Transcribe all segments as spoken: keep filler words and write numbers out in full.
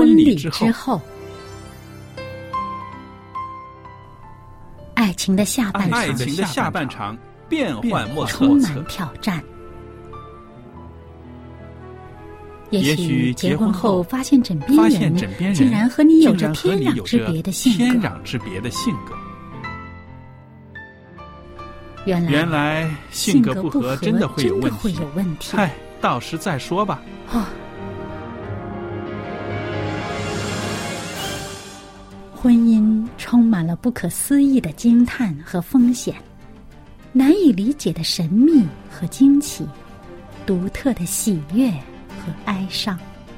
婚礼之后，爱情的下半场， 爱情的下半场变幻莫测， 充满挑战。也许结婚后发现枕边人竟然和你有着天壤之别的性格， 天壤之别的性格。 原来原来性格不合真的会有问题， 问题嗨，到时再说吧。 哦，婚姻充满了不可思议的惊叹和风险，难以理解的神秘和惊奇，独特的喜悦和哀伤。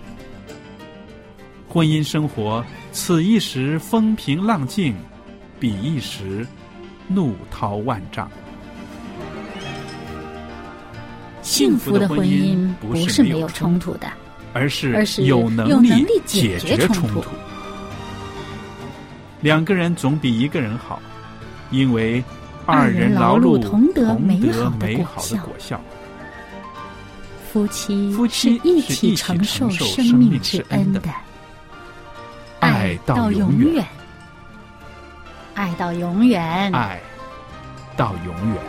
婚姻生活，此一时风平浪静，彼一时怒涛万丈。 幸福的婚姻不是没有冲突的， 而是而是有能力解决冲突。两个人总比一个人好，因为二人劳碌同得美好的果效。 夫妻夫妻是一起承受生命之恩的， 爱到永远， 爱到永远， 爱到永远。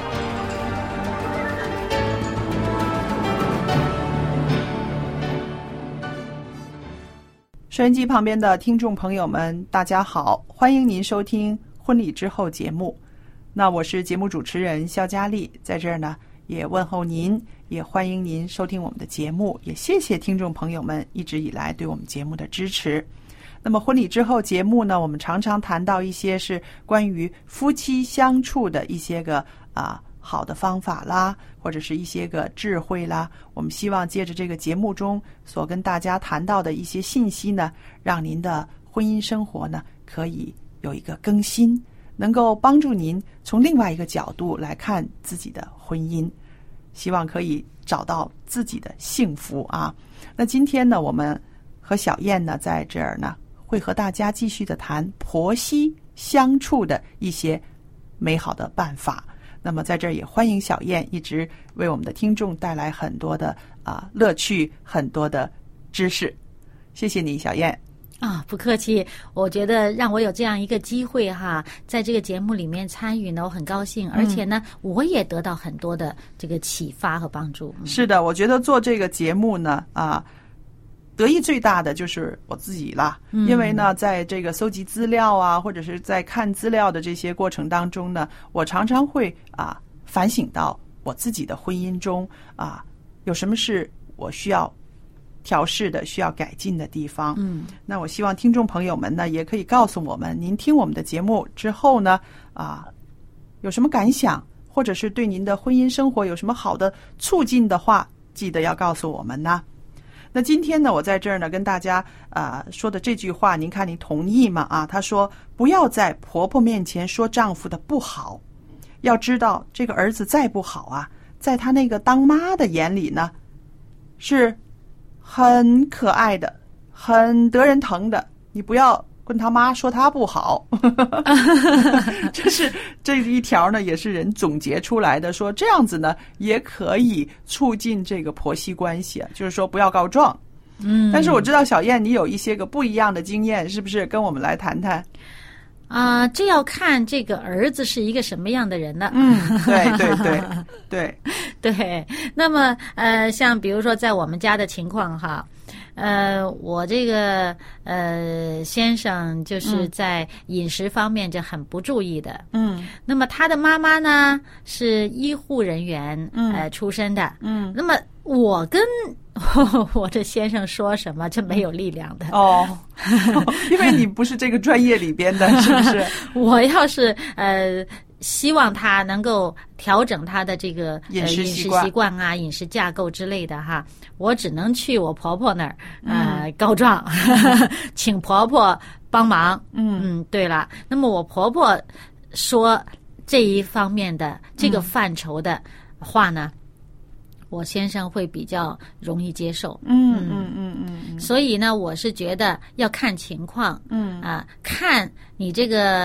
收音机旁边的听众朋友们，大家好，欢迎您收听婚礼之后节目。那我是节目主持人肖佳丽，在这儿呢也问候您，也欢迎您收听我们的节目，也谢谢听众朋友们一直以来对我们节目的支持。那么婚礼之后节目呢，我们常常谈到一些是关于夫妻相处的一些个啊好的方法啦，或者是一些个智慧啦，我们希望借着这个节目中所跟大家谈到的一些信息呢，让您的婚姻生活呢可以有一个更新，能够帮助您从另外一个角度来看自己的婚姻，希望可以找到自己的幸福啊。那今天呢，我们和小燕呢在这儿呢会和大家继续的谈婆媳相处的一些美好的办法。那么在这儿也欢迎小燕一直为我们的听众带来很多的啊乐趣，很多的知识。谢谢你，小燕。 啊，不客气。我觉得让我有这样一个机会哈，在这个节目里面参与呢，我很高兴，而且呢，嗯、我也得到很多的这个启发和帮助。嗯、 是的，我觉得做这个节目呢，啊。得益最大的就是我自己啦， 嗯、 因为呢，在这个搜集资料啊，或者是在看资料的这些过程当中呢，我常常会啊反省到我自己的婚姻中啊有什么是我需要调试的、需要改进的地方。 嗯， 那我希望听众朋友们呢，也可以告诉我们，您听我们的节目之后呢，啊有什么感想，或者是对您的婚姻生活有什么好的促进的话，记得要告诉我们呢。那今天呢，我在这儿呢跟大家呃说的这句话，您看您同意吗？啊，他说不要在婆婆面前说丈夫的不好，要知道这个儿子再不好啊，在他那个当妈的眼里呢，是很可爱的，很得人疼的。你不要跟他妈说他不好。这是这一条呢，也是人总结出来的，说这样子呢也可以促进这个婆媳关系啊，就是说不要告状。 嗯， 但是我知道小燕你有一些个不一样的经验，是不是？跟我们来谈谈。 啊、呃，这要看这个儿子是一个什么样的人呢？ 嗯，对对对对对。那么呃，像比如说在我们家的情况哈。呃，我这个呃先生就是在饮食方面就很不注意的。 嗯， 那么他的妈妈呢是医护人员， 嗯， 呃出身的。 嗯， 那么我跟我这先生说什么，这没有力量的。 哦，因为你不是这个专业里边的，是不是？ 我要是呃。希望他能够调整他的这个饮食习惯、呃、饮食习惯啊、饮食架构之类的哈，我只能去我婆婆那儿呃、嗯、告状，请婆婆帮忙。 嗯嗯，对了，那么我婆婆说这一方面的这个范畴的话呢，嗯、我先生会比较容易接受。 嗯嗯嗯嗯嗯， 所以呢，我是觉得要看情况。 嗯啊，看你这个。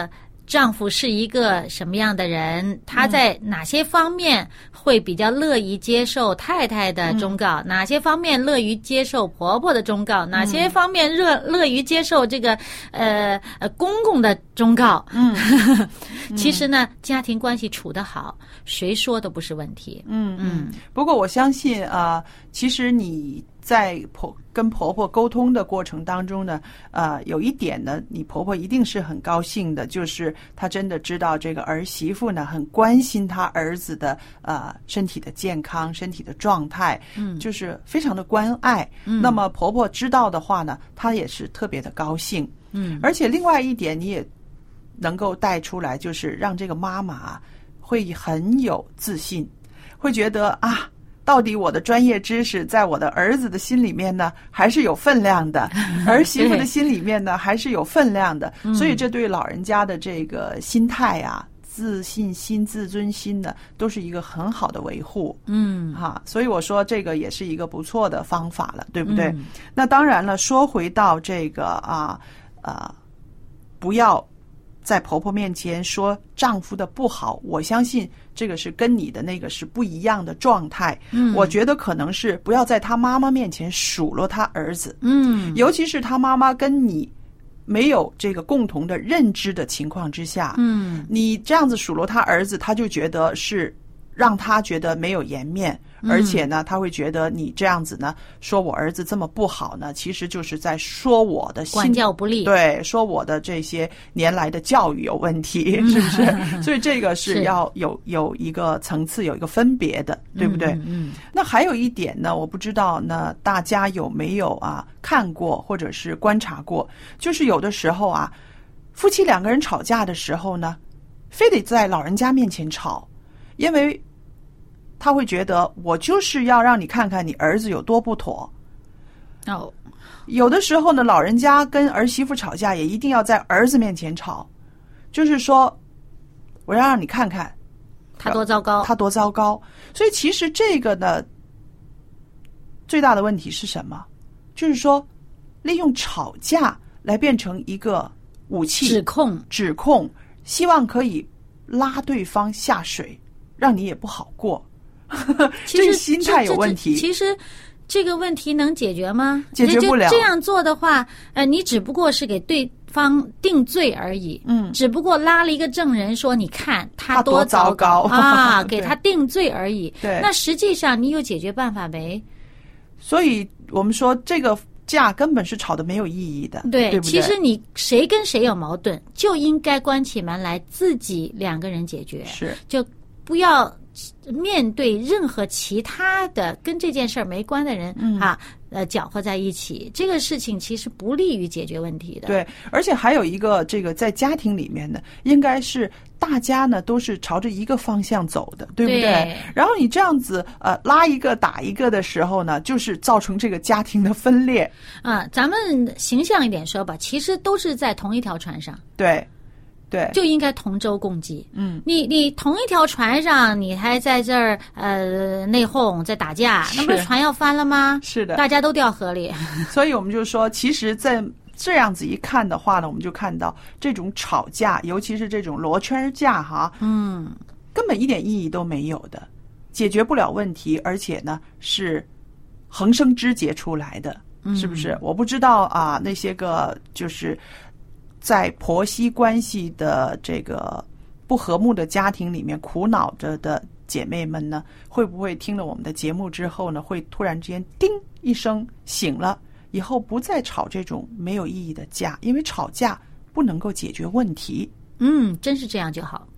丈夫是一个什么样的人，他在哪些方面会比较乐于接受太太的忠告，嗯、哪些方面乐于接受婆婆的忠告，嗯、哪些方面乐乐于接受这个呃呃公公的忠告。嗯，其实呢，家庭关系处得好，谁说都不是问题。 嗯嗯。不过我相信啊、呃，其实你在婆跟婆婆沟通的过程当中呢，呃，有一点呢，你婆婆一定是很高兴的，就是她真的知道这个儿媳妇呢很关心她儿子的呃身体的健康、身体的状态，嗯，就是非常的关爱。嗯，那么婆婆知道的话呢，她也是特别的高兴。嗯，而且另外一点你也能够带出来，就是让这个妈妈会很有自信，会觉得啊。到底我的专业知识在我的儿子的心里面呢，还是有分量的；儿媳妇的心里面呢，还是有分量的。所以这对老人家的这个心态啊、自信心、自尊心呢，都是一个很好的维护。嗯，哈，所以我说这个也是一个不错的方法了，对不对？嗯、那当然了，说回到这个啊啊，不要在婆婆面前说丈夫的不好，我相信这个是跟你的那个是不一样的状态。嗯，我觉得可能是不要在他妈妈面前数落他儿子。嗯，尤其是他妈妈跟你没有这个共同的认知的情况之下，嗯，你这样子数落他儿子，他就觉得是让他觉得没有颜面。而且呢，他会觉得你这样子呢，说我儿子这么不好呢，其实就是在说我的心管教不力， 对，说我的这些年来的教育有问题，是不是？所以这个是要有有一个层次，有一个分别的，对不对？嗯, 嗯。那还有一点呢，我不知道呢，大家有没有啊看过或者是观察过，就是有的时候啊，夫妻两个人吵架的时候呢，非得在老人家面前吵，因为他会觉得我就是要让你看看你儿子有多不妥。 哦， 有的时候呢，老人家跟儿媳妇吵架也一定要在儿子面前吵，就是说我要让你看看他多糟糕， 他多糟糕。所以其实这个呢，最大的问题是什么？就是说利用吵架来变成一个武器， 指控指控，希望可以拉对方下水，让你也不好过。 其实这个心态有问题。 其实这个问题能解决吗？ 解决不了。 这样做的话，呃，你只不过是给对方定罪而已。嗯，只不过拉了一个证人说，你看他多糟糕啊，给他定罪而已。 对， 那实际上你有解决办法没？ 所以我们说这个架根本是吵得没有意义的， 对， 对不对？ 其实你谁跟谁有矛盾，就应该关起门来自己两个人解决， 是， 就不要面对任何其他的跟这件事儿没关的人、嗯、啊，呃，搅和在一起，这个事情其实不利于解决问题的。 对，而且还有一个，这个在家庭里面呢，应该是大家呢都是朝着一个方向走的，对不对？ 对。 然后你这样子呃拉一个打一个的时候呢，就是造成这个家庭的分裂。 啊，咱们形象一点说吧，其实都是在同一条船上。 对。对， 就应该同舟共济。嗯，你你同一条船上，你还在这儿呃内讧，在打架，那不是船要翻了吗？ 是的， 大家都掉河里。 所以我们就说，其实，在这样子一看的话呢，我们就看到这种吵架，尤其是这种罗圈架哈，嗯，根本一点意义都没有的，解决不了问题，而且呢是横生枝节出来的，是不是？嗯、我不知道啊，那些个就是。在婆媳关系的这个不和睦的家庭里面苦恼着的姐妹们呢，会不会听了我们的节目之后呢，会突然之间叮一声醒了，以后不再吵这种没有意义的架，因为吵架不能够解决问题。 嗯，真是这样就好。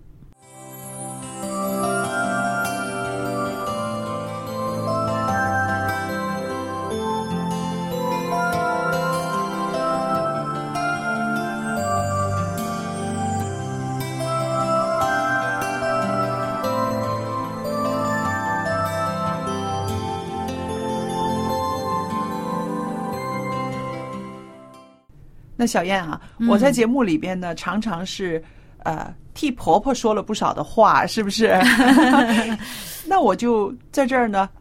那小燕啊，我在节目里边呢，嗯、常常是呃替婆婆说了不少的话，是不是？那我就在这儿呢，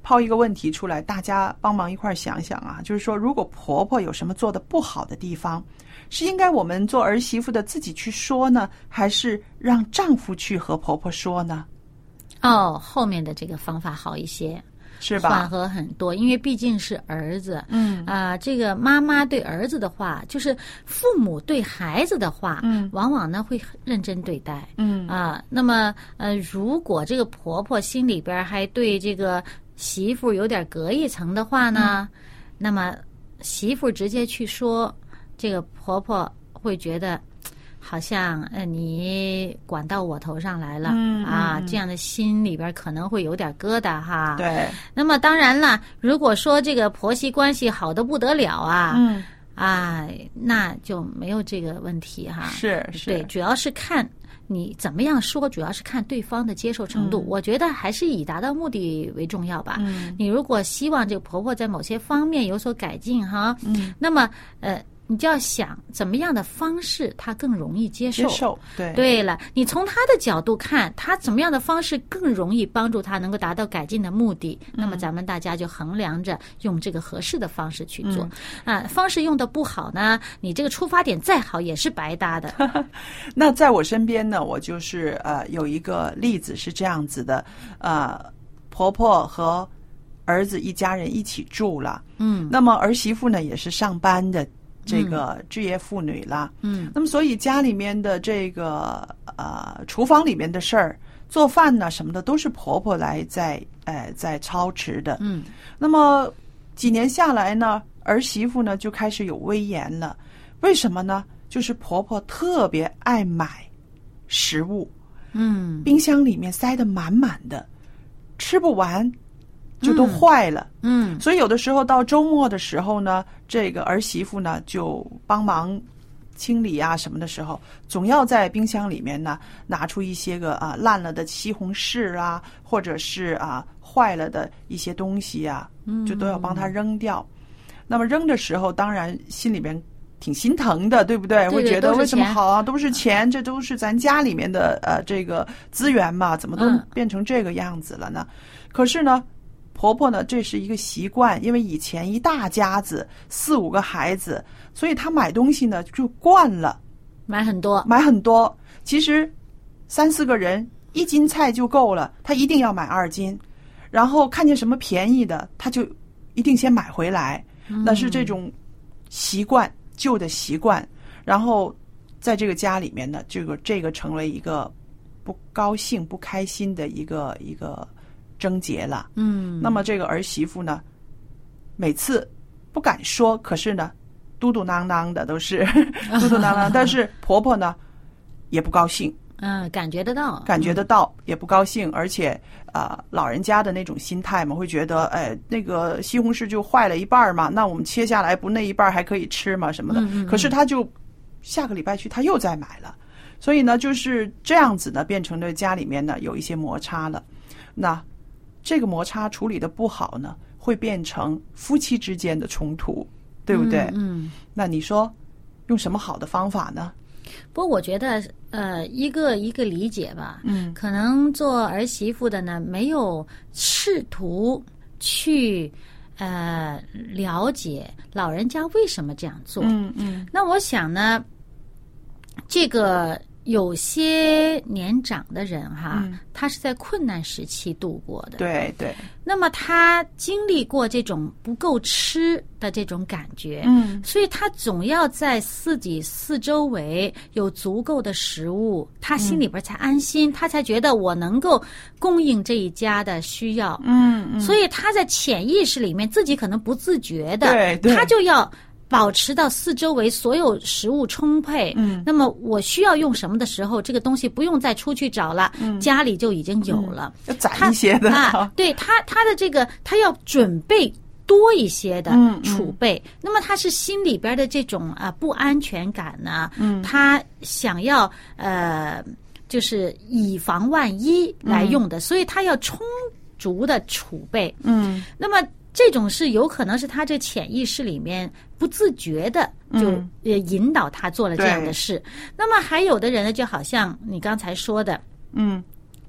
抛一个问题出来，大家帮忙一块儿想想啊，就是说，如果婆婆有什么做的不好的地方，是应该我们做儿媳妇的自己去说呢，还是让丈夫去和婆婆说呢？ 哦，后面的这个方法好一些。 是吧？ 缓和很多，因为毕竟是儿子。 嗯啊、呃，这个妈妈对儿子的话，就是父母对孩子的话， 嗯， 往往呢会认真对待。 嗯啊、呃，那么呃，如果这个婆婆心里边还对这个媳妇有点隔一层的话呢，嗯、那么媳妇直接去说，这个婆婆会觉得。好像呃，你管到我头上来了、 嗯、 啊， 嗯、 这样的心里边可能会有点疙瘩哈。 对。 那么当然了，如果说这个婆媳关系好得不得了啊， 嗯啊，那就没有这个问题哈。 是是。 对，主要是看你怎么样说，主要是看对方的接受程度。 嗯、 我觉得还是以达到目的为重要吧。 嗯。 你如果希望这个婆婆在某些方面有所改进哈， 嗯， 那么呃。你就要想怎么样的方式她更容易接受。 接受，对。 对了，你从她的角度看，她怎么样的方式更容易帮助她能够达到改进的目的？嗯、那么咱们大家就衡量着用这个合适的方式去做。嗯、啊，方式用的不好呢，你这个出发点再好也是白搭的。 那在我身边呢，我就是呃有一个例子是这样子的，呃，婆婆和儿子一家人一起住了， 嗯， 那么儿媳妇呢也是上班的。这个职业妇女了， 嗯， 那么所以家里面的这个呃厨房里面的事儿，做饭呢什么的都是婆婆来在呃在操持的， 嗯， 那么几年下来呢，儿媳妇呢就开始有威严了，为什么呢？就是婆婆特别爱买食物， 嗯， 冰箱里面塞得满满的，吃不完。就都坏了， 嗯， 所以有的时候到周末的时候呢，这个儿媳妇呢就帮忙清理啊什么的时候，总要在冰箱里面呢拿出一些个啊烂了的西红柿啊，或者是啊坏了的一些东西啊，就都要帮她扔掉。嗯、那么扔的时候，当然心里边挺心疼的，对不对？ 对对会觉得为什么好啊？都是钱，这都是咱家里面的呃这个资源嘛，怎么都变成这个样子了呢？嗯、可是呢。婆婆呢，这是一个习惯，因为以前一大家子四五个孩子，所以她买东西呢就惯了， 买很多， 买很多。其实三四个人一斤菜就够了，她一定要买二斤，然后看见什么便宜的，她就一定先买回来。 嗯、 那是这种习惯，旧的习惯。然后在这个家里面呢，这个这个成为一个不高兴、不开心的一个一个。症结了， 嗯， 那么这个儿媳妇呢，每次不敢说，可是呢，嘟嘟囔囔的都是嘟嘟囔囔，但是婆婆呢也不高兴， 嗯，感觉得到， 感觉得到，嗯、也不高兴，而且啊、呃，老人家的那种心态嘛，会觉得，哎，那个西红柿就坏了一半嘛，那我们切下来不那一半还可以吃嘛什么的， 嗯嗯嗯， 可是他就下个礼拜去，他又再买了，所以呢，就是这样子呢，变成了家里面呢有一些摩擦了，那。这个摩擦处理的不好呢，会变成夫妻之间的冲突，对不对？ 嗯，嗯那你说用什么好的方法呢？ 不过我觉得，呃，一个一个理解吧。 嗯， 可能做儿媳妇的呢，没有试图去呃了解老人家为什么这样做。 嗯嗯。 那我想呢，这个。有些年长的人哈， 嗯、 他是在困难时期度过的。 对对。 那么他经历过这种不够吃的这种感觉， 嗯， 所以他总要在自己四周围有足够的食物，他心里边才安心，嗯、他才觉得我能够供应这一家的需要。 嗯嗯。 所以他在潜意识里面自己可能不自觉的， 对对， 他就要。保持到四周围所有食物充沛， 嗯， 那么我需要用什么的时候，这个东西不用再出去找了， 嗯， 家里就已经有了， 要攒一些的啊，对他他的这个他要准备多一些的储备， 嗯嗯、 那么他是心里边的这种啊不安全感呢， 嗯， 他想要呃就是以防万一来用的， 嗯、 所以他要充足的储备， 嗯， 那么。这种是有可能是他这潜意识里面不自觉的就呃引导他做了这样的事。那么还有的人呢，就好像你刚才说的， 嗯，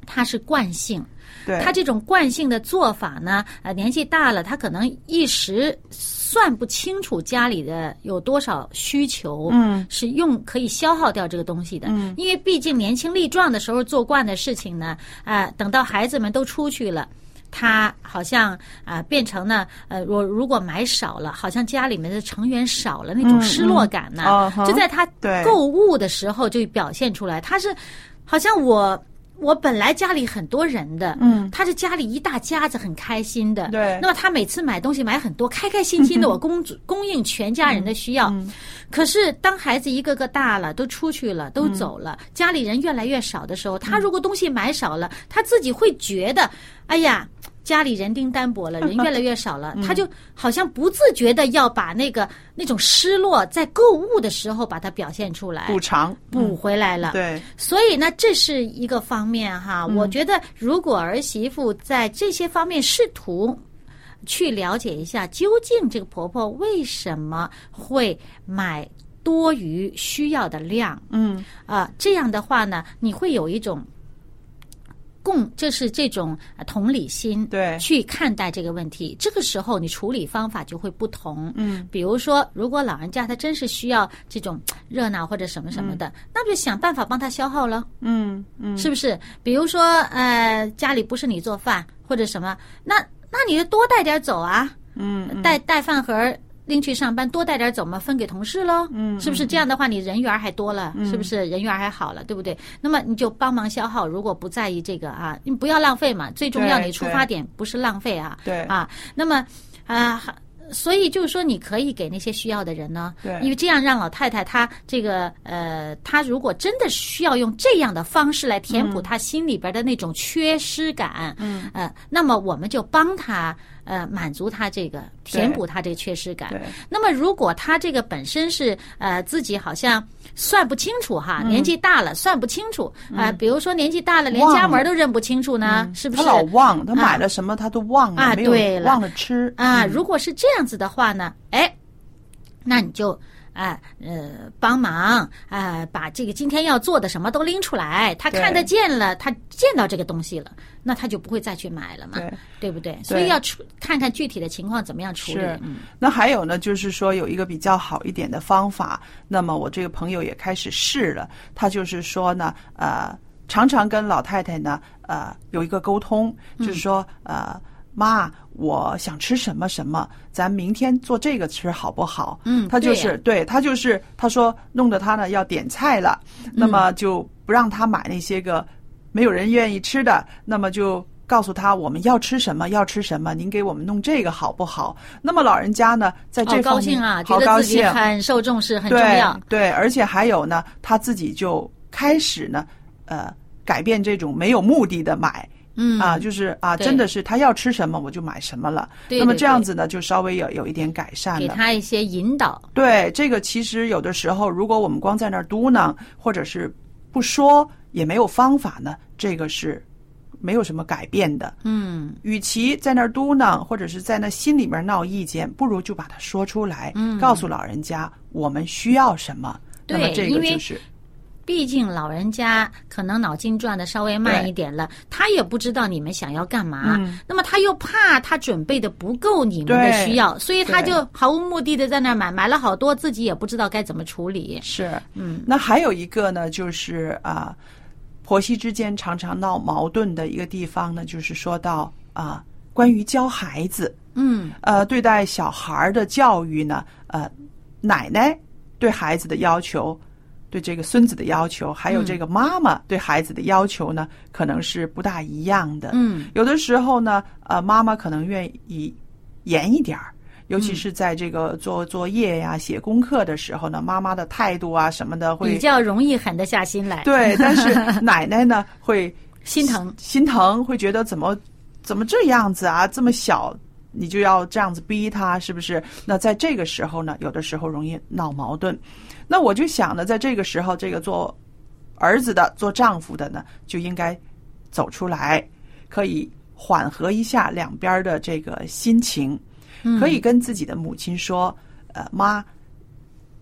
它是惯性。 对， 他这种惯性的做法呢，呃，年纪大了，他可能一时算不清楚家里的有多少需求， 嗯， 是用可以消耗掉这个东西的。 嗯， 因为毕竟年轻力壮的时候做惯的事情呢，啊、呃，等到孩子们都出去了。他好像啊、呃、变成呢呃我如果买少了，好像家里面的成员少了那种失落感呢， 嗯嗯、 就在他购物的时候就表现出来。他是好像我我本来家里很多人的， 嗯， 他是家里一大家子很开心的， 对。 那么他每次买东西买很多，开开心心的，我供供应全家人的需要。 嗯嗯、 可是当孩子一个个大了，都出去了，都走了，嗯、家里人越来越少的时候，他如果东西买少了，他自己会觉得，哎呀。家里人丁单薄了，人越来越少了， 嗯、 他就好像不自觉的要把那个那种失落在购物的时候把它表现出来， 补偿补回来了。 嗯、对， 所以呢，这是一个方面哈。 嗯、 我觉得如果儿媳妇在这些方面试图去了解一下，究竟这个婆婆为什么会买多于需要的量， 嗯啊、呃，这样的话呢，你会有一种。共这是这种同理心， 对， 去看待这个问题。这个时候你处理方法就会不同。 嗯， 比如说，如果老人家他真是需要这种热闹或者什么什么的，嗯、那就想办法帮他消耗了。 嗯嗯， 是不是？比如说，呃，家里不是你做饭或者什么，那那你就多带点走啊。 嗯，嗯带带饭盒。拎去上班，多带点走嘛，分给同事喽。 嗯， 是不是这样的话，你人缘还多了， 嗯、 是不是人缘还好了，对不对？那么你就帮忙消耗，如果不在意这个啊，你不要浪费嘛。最重要，你出发点不是浪费啊。 对啊，那么啊。所以就是说，你可以给那些需要的人呢， 对， 因为这样让老太太她这个呃，她如果真的需要用这样的方式来填补她心里边的那种缺失感， 嗯， 呃，那么我们就帮她呃满足她这个填补她这个缺失感。 对， 那么如果她这个本身是呃自己好像算不清楚哈， 嗯、 年纪大了算不清楚啊、呃，比如说年纪大了连家门都认不清楚呢， 嗯、 是不是？ 他老忘，他买了什么他都忘了， 啊， 没有对了， 忘了吃啊。 嗯、 如果是这样子的话呢，哎，那你就啊呃帮忙啊、呃，把这个今天要做的什么都拎出来，他看得见了，他见到这个东西了，那他就不会再去买了嘛， 对， 对不对？所以要处看看具体的情况怎么样处理。 是， 嗯， 那还有呢，就是说有一个比较好一点的方法，那么我这个朋友也开始试了，他就是说呢，呃，常常跟老太太呢，呃，有一个沟通，就是说， 嗯、 呃。妈，我想吃什么什么，咱明天做这个吃好不好？ 嗯， 他就是对他就是他说弄得他呢要点菜了，嗯、那么就不让他买那些个没有人愿意吃的，那么就告诉他我们要吃什么要吃什么，您给我们弄这个好不好？那么老人家呢在这方面好高兴啊， 好高兴， 觉得自己很受重视，很重要。 对，对，而且还有呢，他自己就开始呢，呃，改变这种没有目的的买。 嗯啊，就是啊，真的是他要吃什么我就买什么了。 对对对， 那么这样子呢，就稍微有有一点改善了， 给他一些引导。 对，这个其实有的时候，如果我们光在那儿嘟囔，或者是不说，也没有方法呢，这个是没有什么改变的。 嗯， 与其在那儿嘟囔，或者是在那心里面闹意见，不如就把它说出来， 嗯， 告诉老人家我们需要什么。 对， 那么这个就是。 毕竟老人家可能脑筋转的稍微慢一点了，他也不知道你们想要干嘛， 嗯、 那么他又怕他准备的不够你们的需要，所以他就毫无目的的在那儿买，买了好多，自己也不知道该怎么处理。 是， 嗯， 那还有一个呢，就是啊，婆媳之间常常闹矛盾的一个地方呢，就是说到啊，关于教孩子， 嗯， 呃，对待小孩的教育呢，呃，奶奶对孩子的要求。对这个孙子的要求，还有这个妈妈对孩子的要求呢，嗯、可能是不大一样的。 嗯， 有的时候呢，呃，妈妈可能愿意严一点儿，尤其是在这个做作业呀、写功课的时候呢，妈妈的态度啊什么的会比较容易狠得下心来。 对，但是奶奶呢会心疼， 心疼，会觉得怎么怎么这样子啊，这么小。你就要这样子逼他，是不是？那在这个时候呢，有的时候容易闹矛盾。那我就想呢，在这个时候，这个做儿子的、做丈夫的呢，就应该走出来，可以缓和一下两边的这个心情，可以跟自己的母亲说：“呃，妈，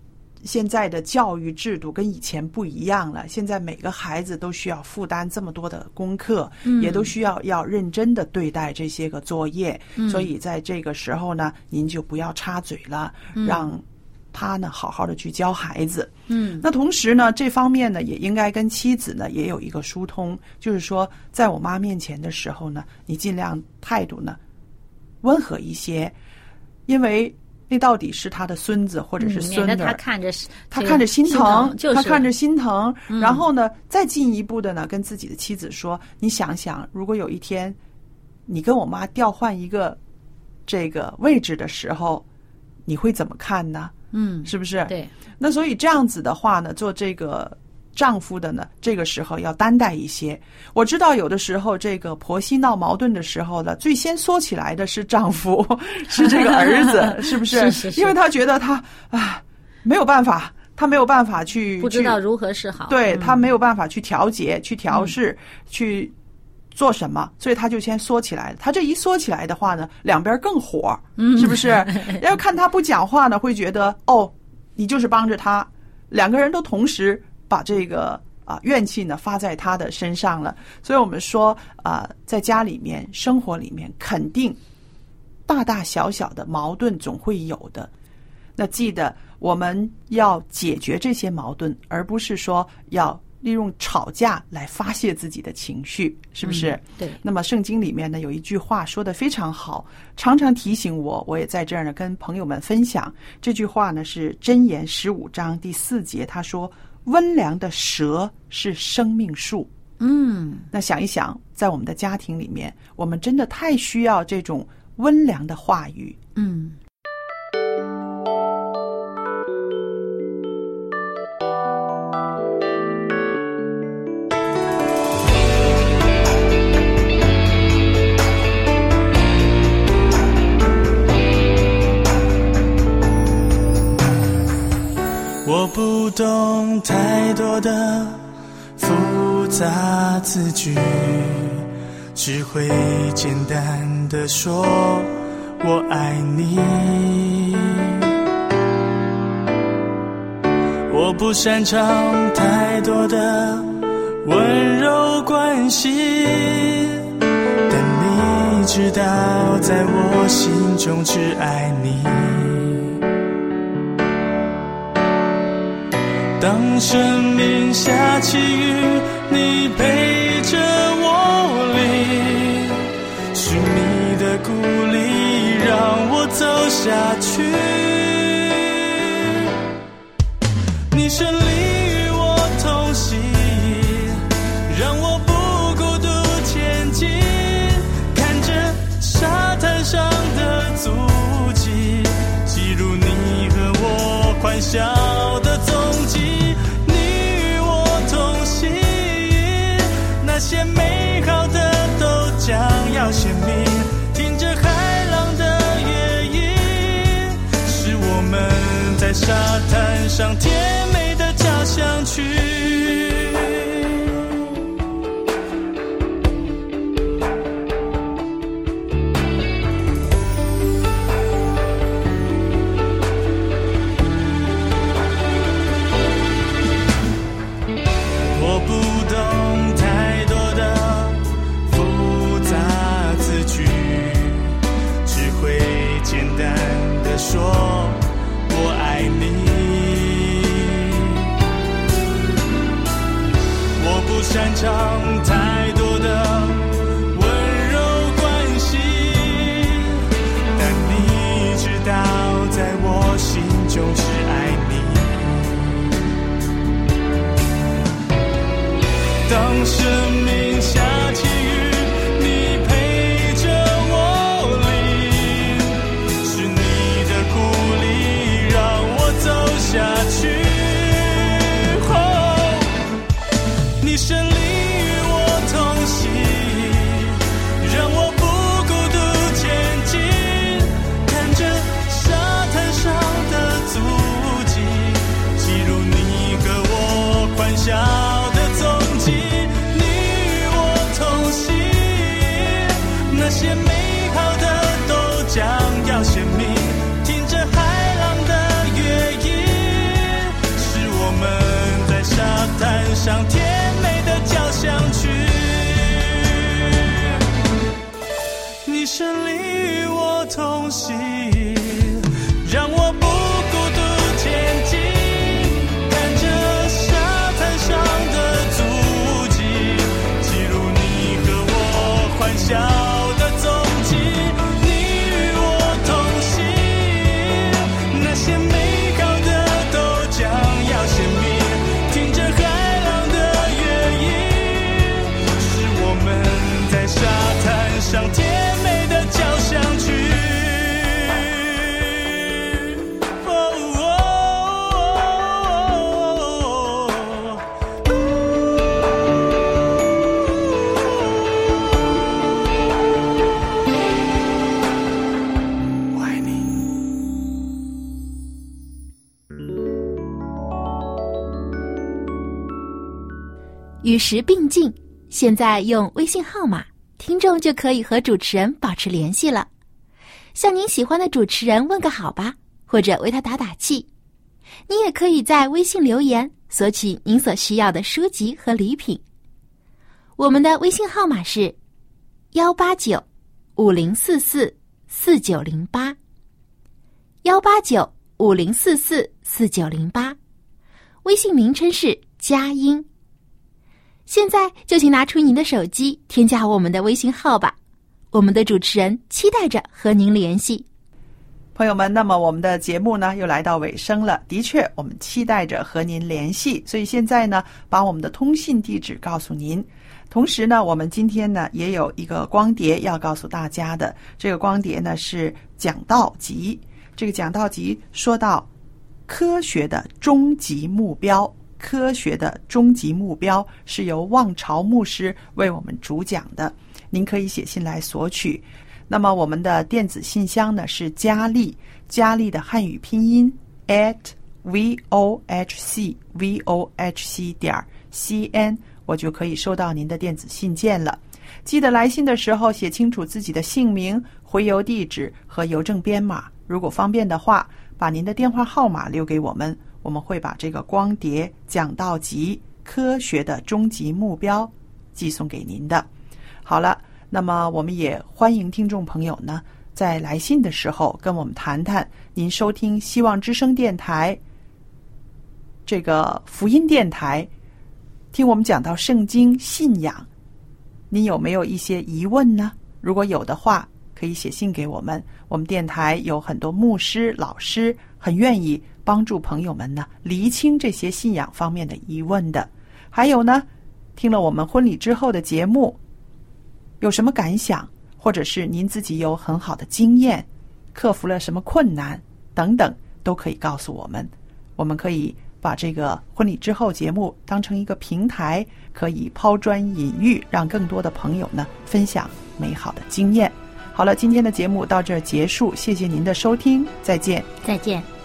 现在的教育制度跟以前不一样了，现在每个孩子都需要负担这么多的功课，嗯、也都需要要认真的对待这些个作业，嗯、所以在这个时候呢，您就不要插嘴了，嗯、让他呢好好的去教孩子。嗯，那同时呢，这方面呢也应该跟妻子呢也有一个疏通，就是说，在我妈面前的时候呢，你尽量态度呢温和一些，因为那到底是他的孙子或者是孙女， 嗯、他看着他看着心疼， 心疼就是、 他看着心疼、嗯。然后呢，再进一步的呢，跟自己的妻子说：“你想想，如果有一天你跟我妈调换一个这个位置的时候，你会怎么看呢？”嗯，是不是？ 对。 那所以这样子的话呢，做这个丈夫的呢，这个时候要担待一些。我知道有的时候这个婆媳闹矛盾的时候呢，最先说起来的是丈夫，是这个儿子，是不是？ 是是是。 因为他觉得他啊没有办法，他没有办法去不知道如何是好， 对、 嗯、 他没有办法去调节、去调试、嗯、去做什么，所以他就先说起来了。他这一说起来的话呢，两边更火，嗯、是不是？要看他不讲话呢，会觉得哦，你就是帮着他，两个人都同时把这个啊怨气呢发在他的身上了。所以我们说啊，在家里面、生活里面，肯定大大小小的矛盾总会有的。那记得我们要解决这些矛盾，而不是说要利用吵架来发泄自己的情绪，是不是？ 嗯、对。 那么圣经里面呢有一句话说得非常好，常常提醒我，我也在这儿呢跟朋友们分享。这句话呢是箴言十五章第四节，他说：“温良的舌是生命树。”嗯，那想一想，在我们的家庭里面，我们真的太需要这种温良的话语。嗯。 我不懂太多的复杂字句，只会简单地说我爱你。我不擅长太多的温柔关系，但你知道在我心中只爱你。当生命下起雨，你陪着我淋，是你的鼓励让我走下去。你胜利与我同行，让我不孤独前进，看着沙滩上的足迹，记录你和我欢笑的踪迹。那些美好的都将要显明，听着海浪的乐音，是我们在沙滩上甜美的交响曲。我不懂太多的复杂字句，只会简单地说我爱你。我不擅长太多的温柔关系，但你知道在我心中是爱你。当生命下起雨，你陪着我淋，是你的鼓励让我走下去。哦，你胜利与我同行，让我不孤独前进，看着沙滩上的足迹，记录你和我欢笑的踪迹。那些美好的都将要显明，听着海浪的乐音， 与时并进，现在用微信号码，听众就可以和主持人保持联系了。向您喜欢的主持人问个好吧，或者为他打打气。你也可以在微信留言索取您所需要的书籍和礼品。我们的微信号码是幺八九五零四四四九零八，幺八九五零四四四九零八，微信名称是佳音。现在就请拿出您的手机添加我们的微信号吧，我们的主持人期待着和您联系。 朋友们，那么我们的节目呢又来到尾声了，的确我们期待着和您联系，所以现在呢把我们的通信地址告诉您。同时呢我们今天呢也有一个光碟要告诉大家的，这个光碟呢是讲道集，这个讲道集说到科学的终极目标，科学的终极目标是由望潮牧师为我们主讲的，您可以写信来索取。那么我们的电子信箱呢是佳丽，佳丽的汉语拼音 at vohc vohc 点 cn， 我就可以收到您的电子信件了。记得来信的时候写清楚自己的姓名、回邮地址和邮政编码，如果方便的话把您的电话号码留给我们，我们会把这个光碟讲道集科学的终极目标寄送给您的。好了，那么我们也欢迎听众朋友呢在来信的时候跟我们谈谈您收听希望之声电台这个福音电台，听我们讲到圣经信仰，您有没有一些疑问呢？如果有的话可以写信给我们，我们电台有很多牧师老师很愿意帮助朋友们呢厘清这些信仰方面的疑问的。还有呢，听了我们婚礼之后的节目有什么感想，或者是您自己有很好的经验，克服了什么困难等等，都可以告诉我们。我们可以把这个婚礼之后节目当成一个平台，可以抛砖引玉，让更多的朋友呢分享美好的经验。好了，今天的节目到这儿结束，谢谢您的收听，再见。 再见。